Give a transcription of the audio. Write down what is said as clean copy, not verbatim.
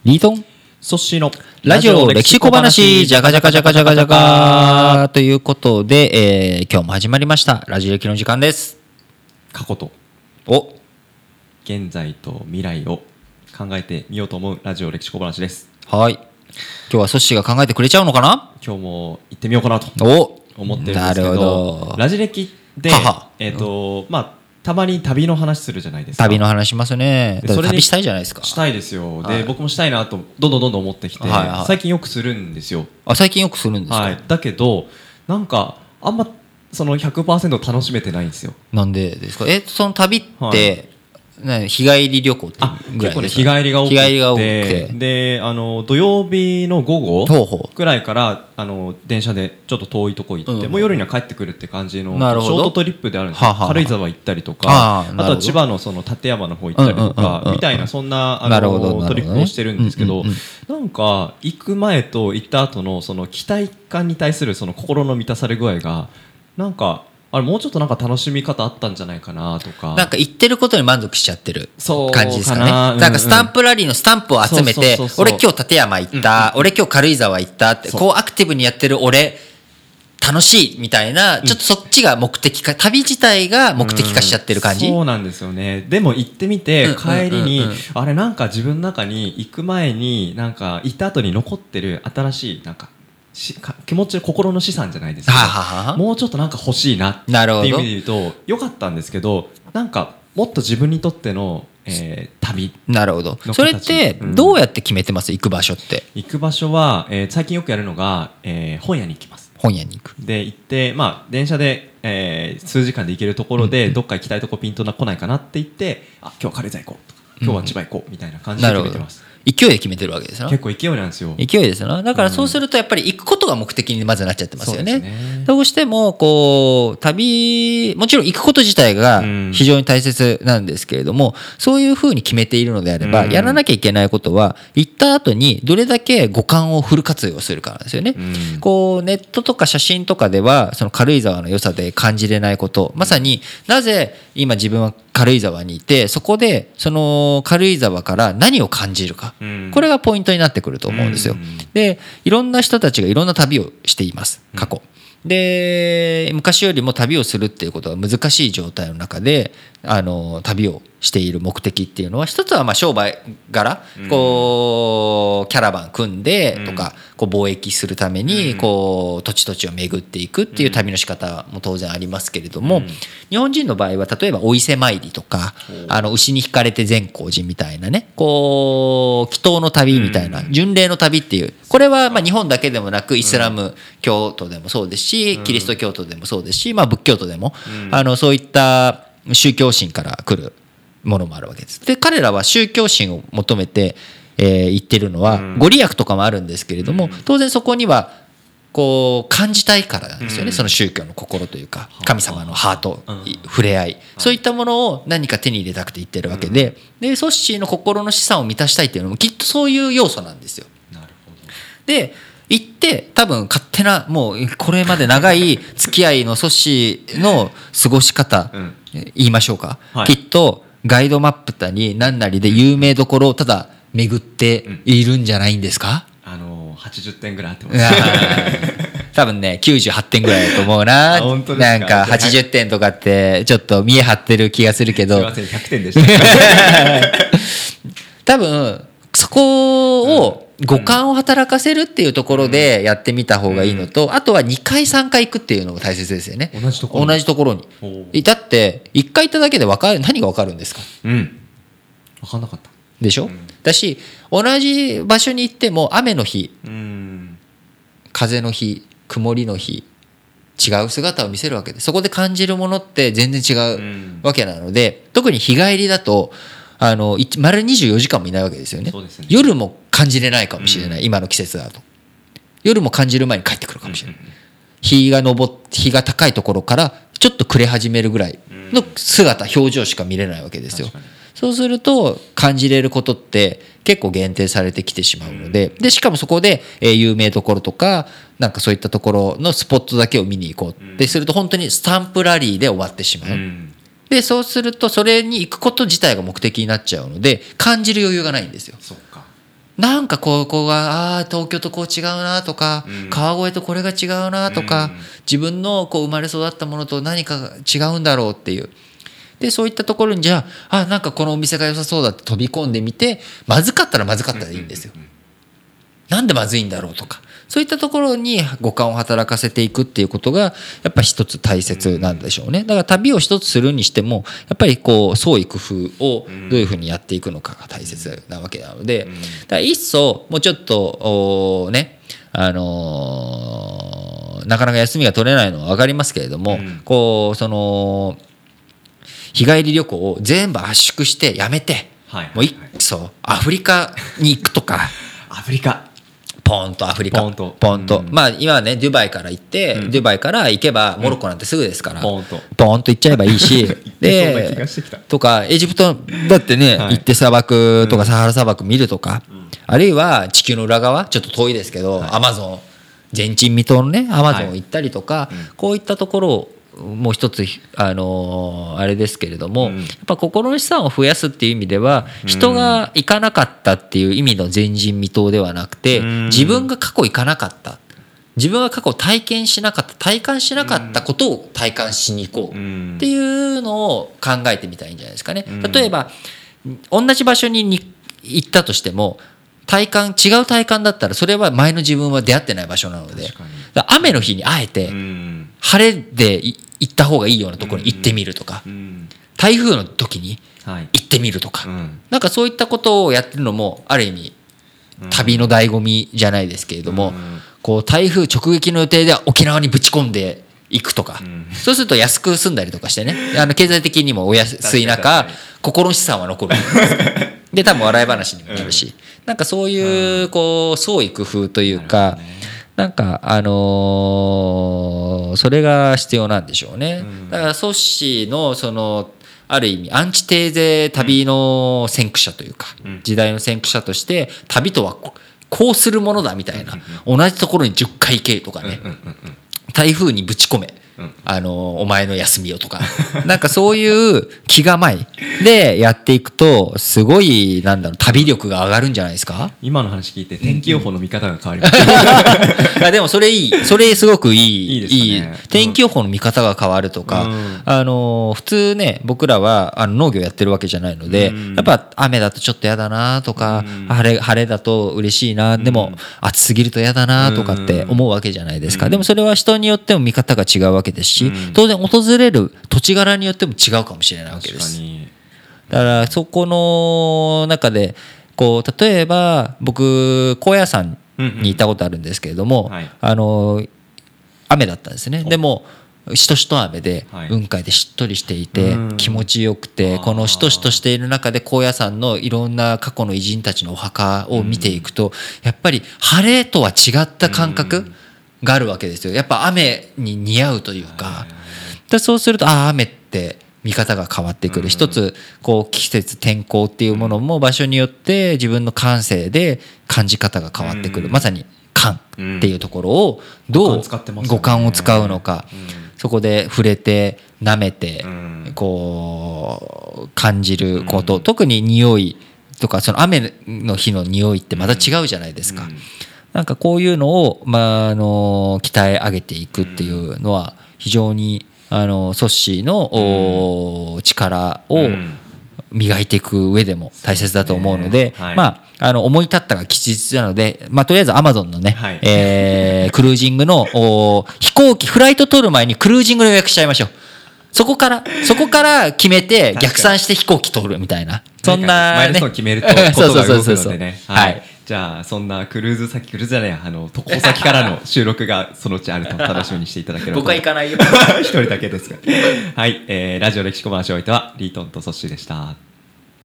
リートンソッシーのラジオ歴史小話じゃかじゃかじゃかじゃかじゃかということで、今日も始まりましたラジオ歴の時間です。 過去とお現在と未来を考えてみようと思うラジオ歴史小話です。 はい、今日はソッシーが考えてくれちゃうのかな。 今日も行ってみようかなと思ってるんですけ ど、ラジ歴でたまに旅の話するじゃないですか。 旅の話しますね。それ旅したいじゃないですか。 したいですよ。で、僕もしたいなとどんどん思ってきて、最近よくするんですよ。 最近よくするんですか。 だけどなんかあんまその 100% 楽しめてないんですよ。 なんでですか。その旅って、日帰り旅行ってぐらいですか。 結構ね、日帰りが多くて、で土曜日の午後くらいから電車でちょっと遠いとこ行って、もう夜には帰ってくるって感じのショートトリップであるんですよ。軽井沢行ったりとか、あとは千葉のその館山の方行ったりとかみたいな、そんなトリップをしてるんですけど、なんか行く前と行った後のその期待感に対するその心の満たされ具合がなんかもうちょっとなんか楽しみ方あったんじゃないかなとか、 なんか言ってることに満足しちゃってる感じですかね。なんかスタンプラリーのスタンプを集めて、俺今日立山行った、俺今日軽井沢行ったって、こうアクティブにやってる俺楽しいみたいな、ちょっとそっちが目的化、旅自体が目的化しちゃってる感じ。 そうなんですよね。でも行ってみて帰りになんか自分の中に行く前になんか行った後に残ってる新しいなんか気持ち心の資産じゃないですか。もうちょっとなんか欲しいなっていう意味で言うとよかったんですけど、なんかもっと自分にとっての、旅。 なるほど。それってどうやって決めてます？行く場所って。 行く場所は、最近よくやるのが、本屋に行きます。 本屋に行く。 で行って、電車で、数時間で行けるところで、どっか行きたいとこピンと来ないかなって言って、今日は軽井沢行こうとか、今日は千葉行こうみたいな感じで決めてます。 勢いで決めてるわけですよ。 結構勢いなんですよ。 勢いですよ。だからそうするとやっぱり行くことが目的にまずなっちゃってますよね。どうしてもこう旅、もちろん行くこと自体が非常に大切なんですけれども、そういうふうに決めているのであれば、やらなきゃいけないことは行った後にどれだけ五感をフル活用するかなんですよね。こうネットとか写真とかではその軽井沢の良さで感じれないこと、まさになぜ今自分は軽井沢にいて、そこでその軽井沢から何を感じるか、これがポイントになってくると思うんですよ。で、いろんな人たちがいろんな旅をしています、過去で。昔よりも旅をするっていうことが難しい状態の中で旅をしている目的っていうのは、一つは商売柄、こうキャラバン組んでとか、こう貿易するためにこう土地を巡っていくっていう旅の仕方も当然ありますけれども、日本人の場合は例えばお伊勢参りとか牛に引かれて善光寺みたいなね、こう祈祷の旅みたいな巡礼の旅っていう、これは日本だけでもなくイスラム教徒でもそうですし、キリスト教徒でもそうですし、仏教徒でもそういった宗教心から来るものもあるわけです。で、彼らは宗教心を求めて、言ってるのは、ご利益とかもあるんですけれども、当然そこにはこう感じたいからなんですよね。その宗教の心というか、神様のハート、触れ合い、そういったものを何か手に入れたくて言ってるわけで、ソッシーの心の資産を満たしたいっていうのもきっとそういう要素なんですよ。 なるほど。 で行って多分勝手なもうこれまで長い付き合いのソッシーの過ごし方、言いましょうか、きっとガイドマップに何なりで有名どころをただ巡っているんじゃないんですか。 80点ぐらいあってます多分ね98点ぐらいだと思うな。なんか80点とかってちょっと見え張ってる気がするけど、 すいません100点でした多分そこを五感を働かせるっていうところでやってみた方がいいのと、あとは2回3回行くっていうのも大切ですよね。 同じところに。だって1回行っただけで何が分かるんですか。 分かんなかったでしょ。だし同じ場所に行っても雨の日、風の日、曇りの日、違う姿を見せるわけで、そこで感じるものって全然違うわけなので、特に日帰りだと丸24時間もいないわけですよね。夜も感じれないかもしれない、今の季節だと夜も感じる前に帰ってくるかもしれない、日が高いところからちょっと暮れ始めるぐらいの姿、表情しか見れないわけですよ。そうすると感じれることって結構限定されてきてしまうので、しかもそこで有名どころとかなんかそういったところのスポットだけを見に行こうってすると本当にスタンプラリーで終わってしまう。でそうするとそれに行くこと自体が目的になっちゃうので感じる余裕がないんですよ。 そっか。 なんかここが東京とこう違うなとか、川越とこれが違うなとか、自分のこう生まれ育ったものと何か違うんだろうっていう。でそういったところにじゃあなんかこのお店が良さそうだって飛び込んでみて、まずかったらまずかったらいいんですよ。なんでまずいんだろうとか、そういったところに五感を働かせていくっていうことがやっぱ一つ大切なんでしょうね。だから旅を一つするにしてもやっぱりこう創意工夫をどういうふうにやっていくのかが大切なわけなので、だから一層もうちょっとねなかなか休みが取れないのは分かりますけれども、こうその日帰り旅行を全部圧縮してやめて、もうそうアフリカに行くとかアフリカポンとアフリカポンと、まあ今はねデュバイから行って、デュバイから行けばモロッコなんてすぐですから、ポンと行っちゃえばいいしでとかエジプトだってね、行って砂漠とかサハラ砂漠見るとか、あるいは地球の裏側ちょっと遠いですけど、アマゾン前鎮未踏のねアマゾン行ったりとか、こういったところをもう一つあれですけれども、やっぱ心の資産を増やすっていう意味では人が行かなかったっていう意味の前人未到ではなくて、自分が過去行かなかった、自分が過去体験しなかった体感しなかったことを体感しに行こうっていうのを考えてみたらいいんじゃないですかね。例えば同じ場所に行ったとしても違う体感だったらそれは前の自分は出会ってない場所なので、雨の日にあえて晴れで行った方がいいようなところに行ってみるとか、台風の時に行ってみるとか、なんかそういったことをやってるのもある意味旅の醍醐味じゃないですけれども、こう台風直撃の予定では沖縄にぶち込んでいくとか、そうすると安く済んだりとかしてね、経済的にもお安い中心の資産は残るで多分笑い話にもなるし、なんかそういうこう創意工夫というか、なんかそれが必要なんでしょうね。だからソッシーのそのある意味アンチテーゼ旅の先駆者というか、時代の先駆者として旅とはこうするものだみたいな、同じところに10回行けとかね、台風にぶち込め、お前の休みをとかなんかそういう気構えでやっていくとすごい旅力が上がるんじゃないですか。 今の話聞いて天気予報の見方が変わりましたでもそれすごくいい天気予報の見方が変わるとか、普通ね僕らは農業やってるわけじゃないので、やっぱ雨だとちょっとやだなとか、晴れだと嬉しいな、でも暑すぎるとやだなとかって思うわけじゃないですか。でもそれは人によっても見方が違うわけですし、当然訪れる土地柄によっても違うかもしれないわけです。だからそこの中でこう例えば僕高野山に行ったことあるんですけれども、雨だったんですね。でもしとしと雨で雲海でしっとりしていて気持ちよくて、このしとしとしている中で高野山のいろんな過去の偉人たちのお墓を見ていくと、やっぱり晴れとは違った感覚があるわけですよ。やっぱ雨に似合うというか、でそうすると雨って見方が変わってくる。一つこう季節天候っていうものも場所によって自分の感性で感じ方が変わってくる。まさに感っていうところをどう五感を使うのか、そこで触れて舐めてこう感じること、特に匂いとかその雨の日の匂いってまた違うじゃないですか。なんかこういうのを鍛え上げていくっていうのは非常にソッシーの力を磨いていく上でも大切だと思うので、思い立ったが吉日なので、とりあえず Amazon のね、クルージングの飛行機フライト取る前にクルージングの予約しちゃいましょう。そこから決めて逆算して飛行機取るみたいな、そんなマイルストーン決めるとことが動くのでね。じゃあそんなクルーズじゃない渡航先からの収録がそのうちあると楽しみにしていただければ。 僕は行かないよ一人だけですがはい、ラジオ歴史小話をおいてはリートンとソッシーでした。